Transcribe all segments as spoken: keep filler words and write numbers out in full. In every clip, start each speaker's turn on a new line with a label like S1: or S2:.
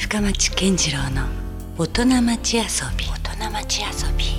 S1: 深町健次郎の大人町遊び大人町遊び。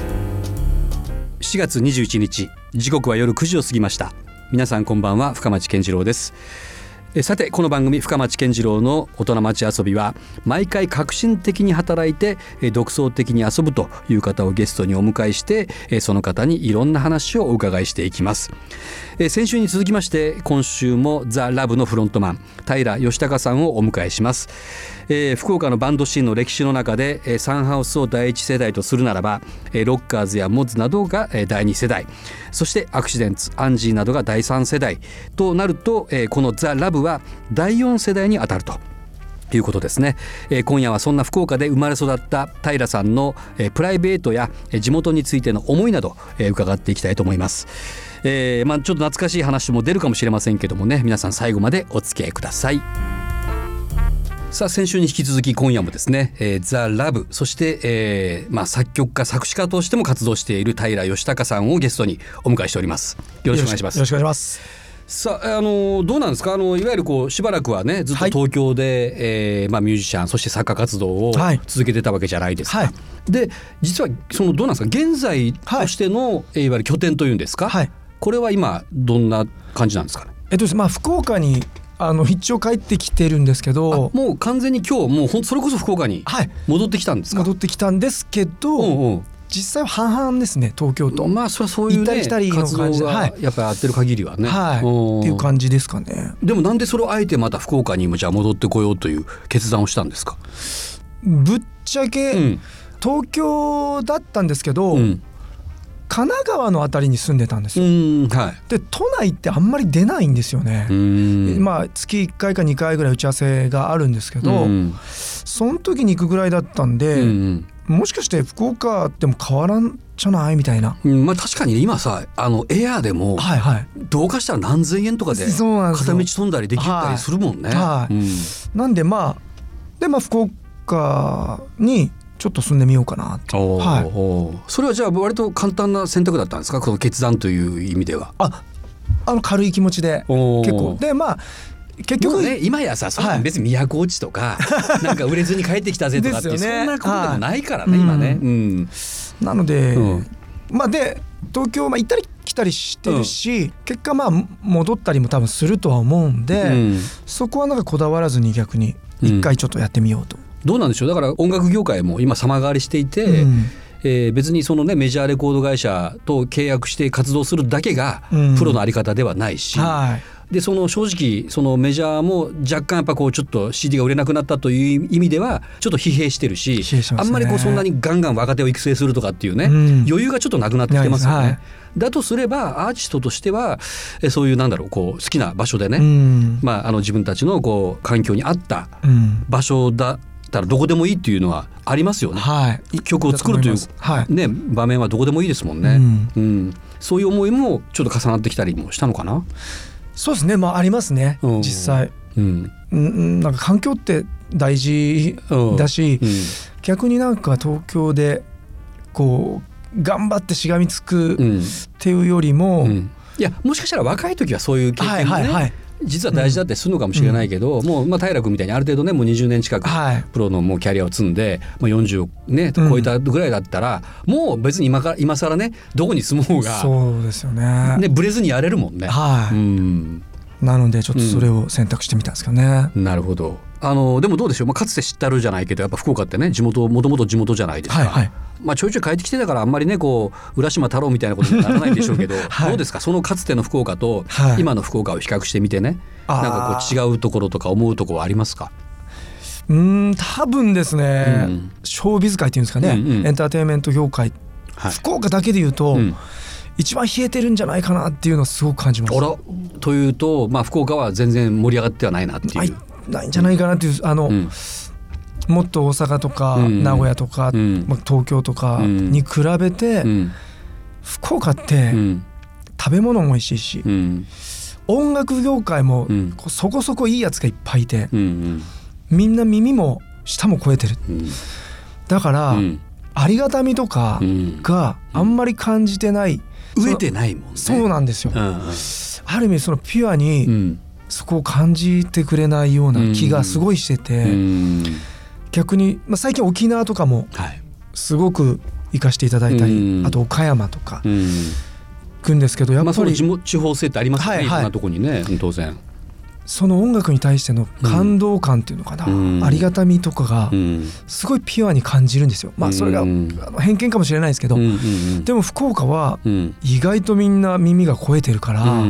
S2: しがつにじゅういちにち、時刻は夜くじを過ぎました。皆さんこんばんは、深町健次郎です。えさて、この番組深町健次郎の大人町遊びは毎回革新的に働いてえ独創的に遊ぶという方をゲストにお迎えしてえその方にいろんな話をお伺いしていきます。え先週に続きまして今週もザ・ラブのフロントマン平義孝さんをお迎えします。えー、福岡のバンドシーンの歴史の中で、えー、サンハウスを第一世代とするならば、えー、ロッカーズやモッズなどが、えー、だいに世代、そしてアクシデンツ、アンジーなどがだいさん世代となると、えー、このザ・ラブはだいよん世代に当たるとということですね。えー、今夜はそんな福岡で生まれ育った平さんの、えー、プライベートや、えー、地元についての思いなど、えー、伺っていきたいと思います。えーまあ、ちょっと懐かしい話も出るかもしれませんけどもね、皆さん最後までお付き合いください。さあ、先週に引き続き今夜もですね、えー、ザ・ラブ、そして、えーまあ、作曲家作詞家としても活動している平義孝さんをゲストにお迎えしております。よろしくお願いします。
S3: よろしくお願いします。
S2: さあ、あのどうなんですか。あのいわゆるこうしばらくはね、ずっと東京で、はい、えーまあ、ミュージシャン、そして作家活動を続けてたわけじゃないですか。はい、で実はそのどうなんですか、現在としての、はい、いわゆる拠点というんですか、はい、これは今どんな感じなんですかね。
S3: えっとまあ、福岡にあの一応帰ってきてるんですけど、
S2: もう完全に今日もうほんそれこそ福岡に戻ってきたんですか。
S3: はい、戻ってきたんですけど、うんうん、実際は半々ですね、東京と。
S2: まあそれはそういう、ね、
S3: 行ったり来たりの感じで、
S2: 活動がやっぱりやってる限りはね、
S3: はい、っていう感じですかね。
S2: でもなんでそれをあえてまた福岡にもじゃあ戻ってこようという決断をしたんですか。
S3: ぶっちゃけ、うん、東京だったんですけど、うん、神奈川のあたりに住んでたんですよ。うん、はい、で都内ってあんまり出ないんですよね。うん、まあ、月いっかいかにかいぐらい打ち合わせがあるんですけど、うん、その時に行くぐらいだったんで、うんうん、もしかして福岡っても変わらんじゃないみたいな、
S2: うん、まあ、確かに今さ、あのエアーでも、はいはい、どうかしたら何千円とかで片道飛んだりできたりするもんね。はいはい、うん、なんでまあ
S3: で、まあ、福岡にちょっと住んでみようかなと。はい、
S2: それはじゃあ割と簡単な選択だったんですか、この決断という意味では。
S3: ああの軽い気持ちで結構で、まあ結局
S2: ね、今やさ、そんな別に都落ちとか、はい、なんか売れずに帰ってきたぜとかって、ね、そんなことでもないからね、はい、今ね、うんうん、
S3: なので、うん、まあで東京、まあ、行ったり来たりしてるし、うん、結果まあ戻ったりも多分するとは思うんで、うん、そこはなんかこだわらずに逆に一回ちょっとやってみようと。うん、
S2: どうなんでしょう。だから音楽業界も今様変わりしていて、うん、えー、別にそのねメジャーレコード会社と契約して活動するだけがプロのあり方ではないし、うん、はい、でその正直そのメジャーも若干やっぱこうちょっと シーディー が売れなくなったという意味ではちょっと疲弊してるし、ね、あんまりこうそんなにガンガン若手を育成するとかっていうね、うん、余裕がちょっとなくなってきてますよね。はい、だとすればアーティストとしてはそういうなんだろう、こう好きな場所でね、うん、まあ、あの自分たちのこう環境に合った場所だったらどこでもいいっていうのはありますよね。はい、曲を作るという、はい、ね、場面はどこでもいいですもんね。うんうん、そういう思いもちょっと重なってきたりもしたのかな。
S3: そうですね、まあ、ありますね、うん、実際、うん、なんか環境って大事だし、うんうん、逆になんか東京でこう頑張ってしがみつくっていうよりも、うんうん、
S2: いやもしかしたら若い時はそういう経験がね、はいはいはい、実は大事だってするのかもしれないけど、うん、もうまあ平君みたいにある程度ねもうにじゅうねん近くプロのもうキャリアを積んで、まあ、よんじゅうね超えたぐらいだったら、うん、もう別に今から今更ねどこに住もうが
S3: そうですよね、
S2: ね、ブレずにやれるもんね。はい、うん、
S3: なのでちょっとそれを選択してみたんですけどね。
S2: うん、なるほど。あのでもどうでしょう、まあ、かつて知ったるじゃないけどやっぱ福岡ってね地元もともと地元じゃないですか。はいはい、まあ、ちょいちょい帰ってきてたからあんまりねこう浦島太郎みたいなことにならないんでしょうけど、はい、どうですかそのかつての福岡と今の福岡を比較してみてね、はい、なんかこう違うところとか思うところはありますか。
S3: うーん多分ですね、うん、ショービズ界っていうんですかね、うんうん、エンターテインメント業界、はい、福岡だけで言うと、うん、一番冷えてるんじゃないかなっていうのをすごく感じます。
S2: あら、というと、まあ、福岡は全然盛り上がってはないなっていう、
S3: ないないんじゃないかなっていう、あの、うん、もっと大阪とか、うん、名古屋とか、うん、東京とかに比べて、うん、福岡って、うん、食べ物も美味しいし、うん、音楽業界も、うん、そこそこいいやつがいっぱいいて、うんうん、みんな耳も舌も超えてる、うん、だから、うん、ありがたみとかがあんまり感じてない、
S2: うん、飢えてないもんね。
S3: そうなんですよ、うんうん、ある意味そのピュアに、うん、 そこを感じてくれないような気がすごいしてて、うん、逆に、まあ、最近沖縄とかもすごく行かせていただいたり、うん、あと岡山とか行くんですけど、やっぱり、まあ、その地
S2: 地方性ってありますよね、はいはい、いろんなとこにね、当然
S3: その音楽に対しての感動感っていうのかな、うん、ありがたみとかがすごいピュアに感じるんですよ。まあそれが偏見かもしれないですけど、うんうんうん、でも福岡は意外とみんな耳が肥えてるから、うんうん、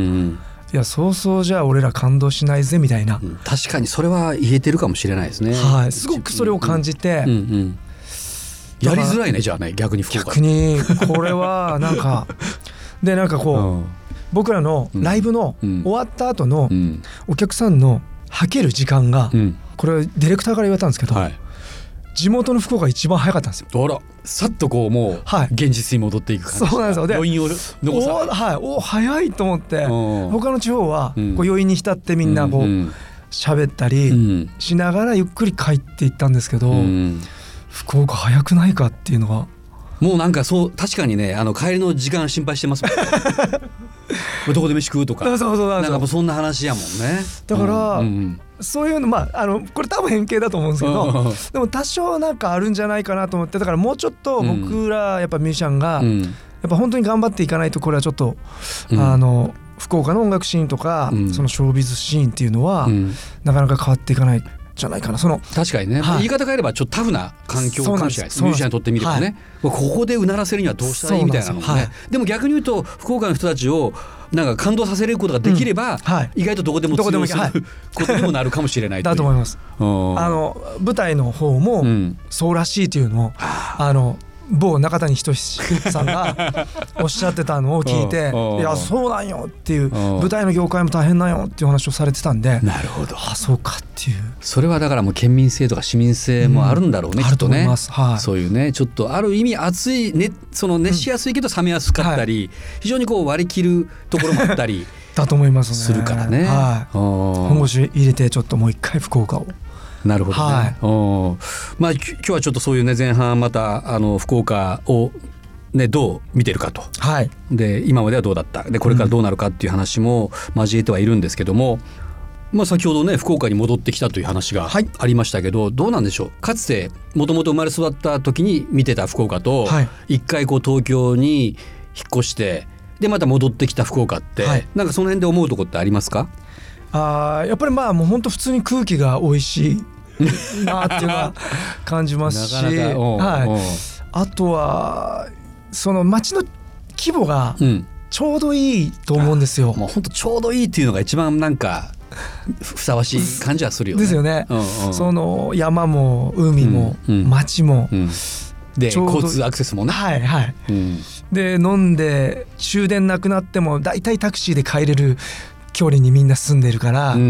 S3: いやそうそうじゃあ俺ら感動しないぜみたいな、うん、
S2: 確かにそれは言えてるかもしれないですね。
S3: はい、すごくそれを感じて、うんうんうん、
S2: やりづらいねじゃあね、逆に福岡
S3: 逆にこれはなんかでなんかこう、うん僕らのライブの終わった後のお客さんの吐ける時間が、これディレクターから言われたんですけど、地元の福岡が一番早かったんですよ。
S2: あら、さっとこうもう現実に戻っていく感じ、
S3: そうなんですよ。で
S2: 余韻を残さない、
S3: はい、お早いと思って、他の地方はこう余韻に浸ってみんなこう喋ったりしながらゆっくり帰っていったんですけど、福岡早くないかっていうのが
S2: もうなんかそう確かにね、あの帰りの時間心配してますもんどこで飯食うとか、
S3: そうそうそう
S2: なんかもうそんな話やもんね。
S3: だから、うんうん、そういうの、まあ、あのこれ多分変形だと思うんですけど、うん、でも多少なんかあるんじゃないかなと思って、だからもうちょっと僕らやっぱミュージシャンが、うん、やっぱ本当に頑張っていかないと、これはちょっと、うん、あの福岡の音楽シーンとか、うん、そのショービズシーンっていうのは、うん、なかなか変わっていかないじゃないかな。その
S2: 確かにね、はい、言い方変えればちょっとタフな環境かもしれないです。ミュージシャンにとってみればね、はい、ここでうならせるにはどうしたらいいみたいなのもね、はい、でも逆に言うと福岡の人たちをなんか感動させることができれば、うんはい、意外とどこでも通用することにもなるかもしれないという
S3: だと思います。あの舞台の方もそうらしいというのを、うん、あの某中谷仁さんがおっしゃってたのを聞いていやそうなんよっていう、舞台の業界も大変なんよっていう話をされてたんで、
S2: なるほど、
S3: あそうかっていう、
S2: それはだからもう県民性とか市民性もあるんだろうね、うん、きっとね。あると思います、はい、そういうね、ちょっとある意味熱い、ね、その熱しやすいけど冷めやすかったり、うんはい、非常にこう割り切るところもあったり
S3: だと思いますね。
S2: するからね、
S3: はい、本腰入れてちょっともう一回福岡を。
S2: なるほどね、はい、おまあ、今日はちょっとそういうね前半またあの福岡を、ね、どう見てるかと、はい、で今まではどうだったでこれからどうなるかっていう話も交えてはいるんですけども、うん、まあ、先ほどね福岡に戻ってきたという話がありましたけど、はい、どうなんでしょう。かつてもともと生まれ育った時に見てた福岡と、はい、一回こう東京に引っ越してでまた戻ってきた福岡って、はい、なんかその辺で思うところってありますか？
S3: あやっぱりまあもう本当普通に空気が美味しいなっていうのは感じますしなかなか、はい、あとはその街の規模がちょうどいいと思うんですよ、うん、
S2: もう本当ちょうどいいっていうのが一番なんかふさわしい感じはするよね。
S3: ですよね、うんうん、その山も海も街も、うんうん、
S2: で交通アクセスもね、
S3: はいはい、うん、で飲んで終電なくなってもだいたいタクシーで帰れる距離にみんな住んでるから、うん、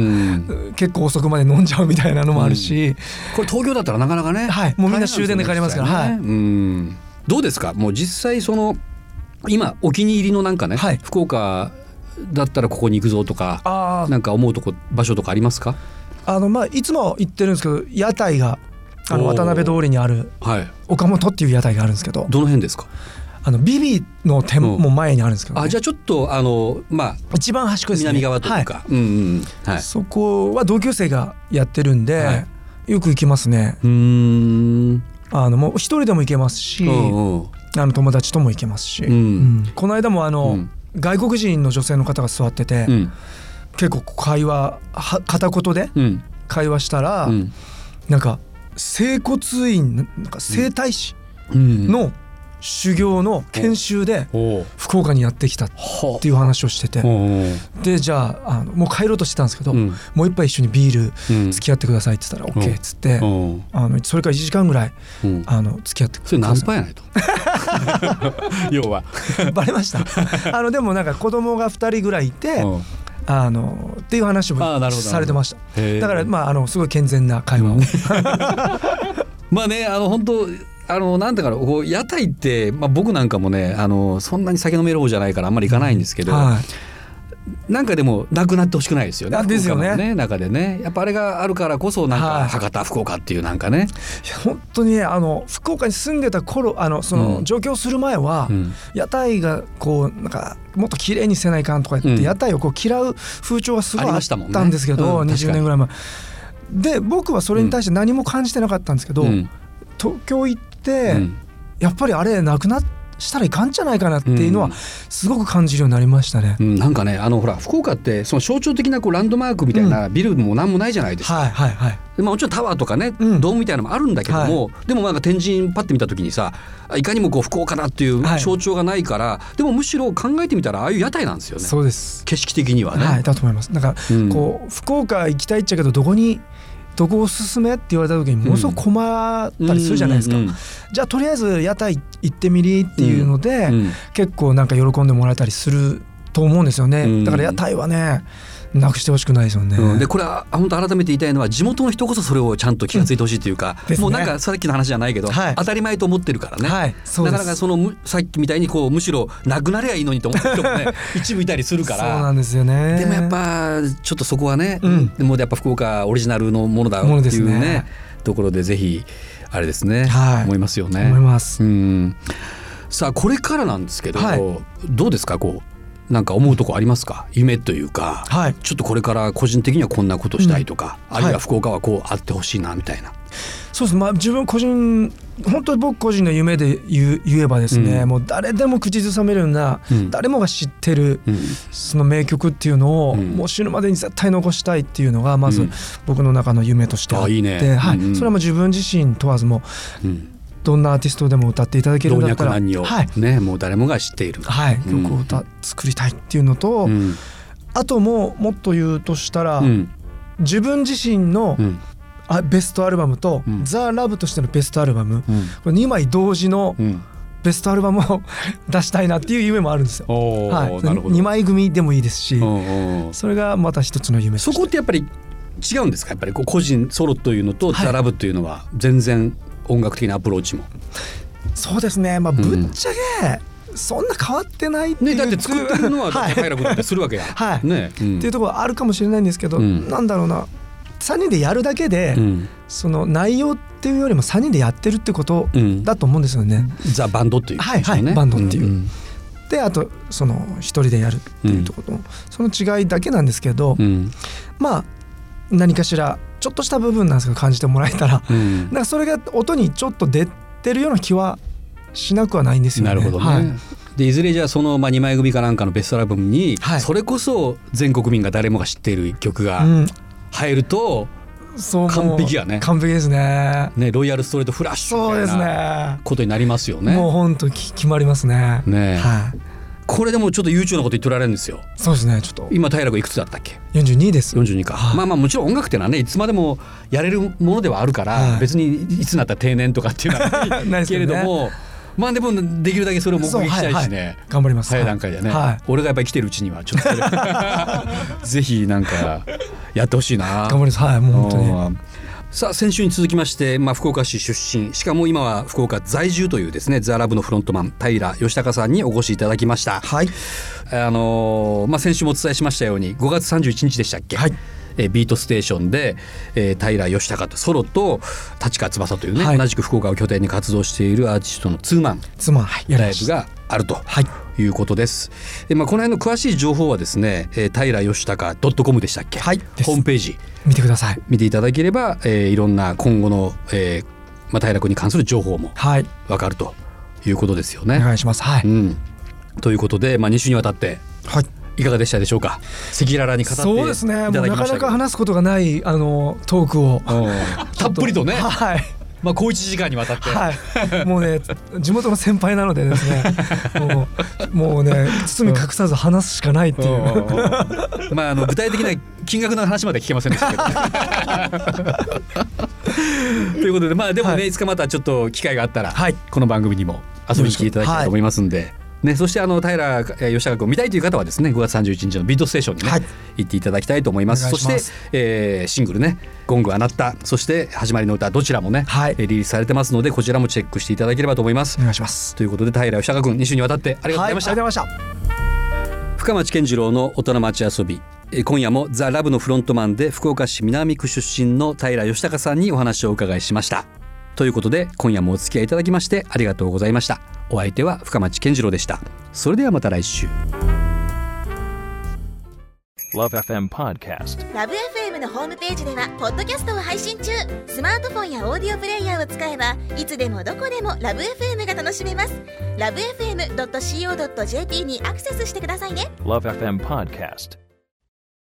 S3: 結構遅くまで飲んじゃうみたいなのもあるし、うん、
S2: これ東京だったらなかなかね、
S3: はい、もうみんな終電で帰りますから、はい、うん、
S2: どうですかもう実際その今お気に入りのなんかね、はい、福岡だったらここに行くぞとかなんか思うとこ場所とかありますか？
S3: あの、まあ、いつも行ってるんですけど屋台があの渡辺通りにある岡本っていう屋台があるんですけど、
S2: どの辺ですか？
S3: あのビビの店も前にあるんですけど、ね、
S2: あじゃあちょっとあの、まあ、
S3: 一番端っこですね、
S2: 南側というか、はい、うんうんはい、そ
S3: こは同級生がやってるんで、はい、よく行きますね。
S2: うーん
S3: あのもう一人でも行けますし、うんうん、あの友達とも行けますし、うんうん、この間もあの、うん、外国人の女性の方が座ってて、うん、結構会話は片言で会話したら、うん、なんか整骨院なんか整体師の、うん修行の研修で福岡にやってきたっていう話をしてて、でじゃあ、あのもう帰ろうとしてたんですけど、うん、もう一杯一緒にビール付き合ってくださいって言ったら OK っつって、うん、あのそれからいちじかんぐらい、うん、あの付き合ってください。
S2: それナンパやないと要は
S3: バレましたあのでもなんか子供がふたりぐらいいて、うん、あのっていう話もされてました。だからまああのすごい健全な会話を、うん、
S2: まあねあの本当あのなんだからこう屋台って、まあ、僕なんかもねあのそんなに酒飲める方じゃないからあんまり行かないんですけど、うんはい、 なんかでもなくなってほしくないですよね。
S3: ですよね。
S2: 福岡のね中でねやっぱあれがあるからこそなんか博多、はい、福岡っていうなんかね
S3: 本当にあの福岡に住んでた頃あのその上京する前は、うん、屋台がこうなんかもっと綺麗にせないかんとか言って、うん、屋台をこう嫌う風潮がすごいあったんですけど、ねうん、にじゅうねんぐらい前で僕はそれに対して何も感じてなかったんですけど、うん、東京行って、うん、やっぱりあれなくなってしたらいかんじゃないかなっていうのはすごく感じるようになりましたね、
S2: うん、なんかねあのほら福岡ってその象徴的なこうランドマークみたいなビルもなんもないじゃないですか、うんはいはいはいでまあ、もちろんタワーとかね、うん、ドームみたいなのもあるんだけども、はい、でもなんか天神パッて見た時にさいかにもこう福岡だっていう象徴がないから、はい、でもむしろ考えてみたらああいう屋台なんですよね。
S3: そうです
S2: 景色的にはね、
S3: はい、だと思います。なんかこう、うん、福岡行きたいっちゃけどどこにどこおすすめって言われた時にものすごく困ったりするじゃないですか、うんうんうん、じゃあとりあえず屋台行ってみりっていうので、うんうん、結構なんか喜んでもらえたりすると思うんですよね、うん、だから屋台はねなくしてほしくないですよね、
S2: うん、でこれは本当改めて言いたいのは地元の人こそそれをちゃんと気がついてほしいというか、うんね、もうなんかさっきの話じゃないけど、はい、当たり前と思ってるからね、はい、なかなかそのさっきみたいにこうむしろなくなりゃいいのにと思ってる人もね一部いたりするから
S3: そうなんですよね。
S2: でもやっぱちょっとそこはね、うん、でもやっぱ福岡オリジナルのものだっていうね、ねところでぜひあれですね、はい、思いますよね。
S3: 思います。
S2: うんさあこれからなんですけど、はい、どうですかこうなんか思うとこありますか？夢というか、はい、ちょっとこれから個人的にはこんなことしたいとか、うん、あるいは福岡はこうあってほしいなみたいな、はい、
S3: そうです、まあ、自分個人本当に僕個人の夢で 言, 言えばですね、うん、もう誰でも口ずさめるような、うん、誰もが知ってる、うん、その名曲っていうのを、うん、もう死ぬまでに絶対残したいっていうのがまず僕の中の夢としてあって、うん、あいいね、はい、うんうん、それはもう自分自身問わずも、うんどんなアーティストでも歌っていただけるんだったら
S2: 老若男女、はいね、もう誰もが知っている、
S3: はい、曲を歌、うん、作りたいっていうのと、うん、あとももっと言うとしたら、うん、自分自身の、うん、あベストアルバムと、うん、ザ・ラブとしてのベストアルバム、うん、これにまい同時のベストアルバムを出したいなっていう夢もあるんですよ、はい、なるほどにまい組でもいいですしそれがまた一つの夢として。
S2: そこってやっぱり違うんですか？やっぱりこう個人ソロというのと、はい、ザ・ラブというのは全然音楽的なアプローチも。
S3: そうですね、まあ、ぶっちゃけ、うん、そんな変わってないっていう、ね、
S2: だって作ってるのは平君だってするわけや、
S3: はいねうん、っていうところはあるかもしれないんですけど、うん、なんだろうなさんにんでやるだけで、うん、その内容っていうよりもさんにんでやってるってことだと思うんですよね、
S2: うん、ザ・バンドっていう、ね、
S3: はいはい、バンドっていう、うん、であとその一人でやるっていうところ、うん、その違いだけなんですけど、うん、まあ何かしらちょっとした部分なんですけど感じてもらえたら、うん、なんかそれが音にちょっと出てるような気はしなくはないんですよね。
S2: なるほどね、はい、でいずれじゃあその、まあ、にまい組かなんかのベストアルバムに、はい、それこそ全国民が誰もが知っている曲が入ると、うん、そう完璧やね。
S3: 完璧ですね。
S2: ねロイヤルストレートフラッシュみたいなことになりますよね。
S3: もう本当決まりますね。
S2: ね、
S3: はい、
S2: これでもちょっと悠長なこと言っておられるんですよ。
S3: そうですね。ちょっと
S2: 今平君いくつだったっけ？
S3: よんじゅうにです。
S2: よんじゅうにか、はあ、まあまあもちろん音楽っていうのはねいつまでもやれるものではあるから、はあ、別にいつになったら定年とかっていうのはないけれどもまあでもできるだけそれを目撃したいしね、はいはい、
S3: 頑張ります。
S2: 早い段階でね、はい、俺がやっぱり生きてるうちにはちょっとぜひなんかやってほしいな。
S3: 頑張ります。はいもう本当に。
S2: さあ先週に続きまして、まあ、福岡市出身しかも今は福岡在住というですねザ・ラブのフロントマン平義孝さんにお越しいただきました、
S3: はい
S2: あのーまあ、先週もお伝えしましたようにごがつさんじゅういちにちでしたっけ、はいえビートステーションで、えー、平義孝とソロと立川翼というね、はい、同じく福岡を拠点に活動しているアーティストのツーマンライブがあるということです、でまあ、この辺の詳しい情報はですね、えー、平義孝 .com でしたっけ、
S3: はい、
S2: ホームページ
S3: 見てください。
S2: 見ていただければ、えー、いろんな今後の、えーまあ、平君に関する情報も分かるということですよね。
S3: お願いします、はいうん、
S2: ということで、まあ、に週にわたって、はいいかがでしたでしょうか。赤裸々に語っていただきましたけど。そうですね。もうな
S3: かなか話すことがないあのトークを
S2: たっぷりとね。
S3: はい。
S2: まあ小一時間にわたって。
S3: はい。もうね地元の先輩なのでですね。もうもうね包み隠さず話すしかないっていう。
S2: まああの具体的な金額の話まで聞けませんでしたけど。ということでまあでもね、はい、いつかまたちょっと機会があったら、はい、この番組にも遊びに来ていただきたいと思いますんで。はいね、そしてあの平義孝君を見たいという方はですねごがつさんじゅういちにちのビートステーションに、ねはい、行っていただきたいと思います。そして、えー、シングルねゴングは鳴ったそして始まりの歌どちらもね、はい、リリースされてますのでこちらもチェックしていただければと思います。
S3: お願いします。
S2: ということで平義孝君に週にわたってありがとうございました、
S3: はい、ありがとうございました。
S2: 深町健次郎の大人町遊び、今夜もザ・ラブのフロントマンで福岡市南区出身の平義孝さんにお話をお伺いしました。ということで今夜もお付き合いいただきましてありがとうございました。お相手は深町健次郎でした。それではまた来週。
S4: ラブ エフエム Podcast。
S5: ラブ エフエム のホームページではポッドキャストを配信中。スマートフォンやオーディオプレイヤーを使えばいつでもどこでもラブ エフエム が楽しめます。ラブ エフエムドットシーオードットジェーピー にアクセスしてくださいね。
S4: ラブ エフエム Podcast。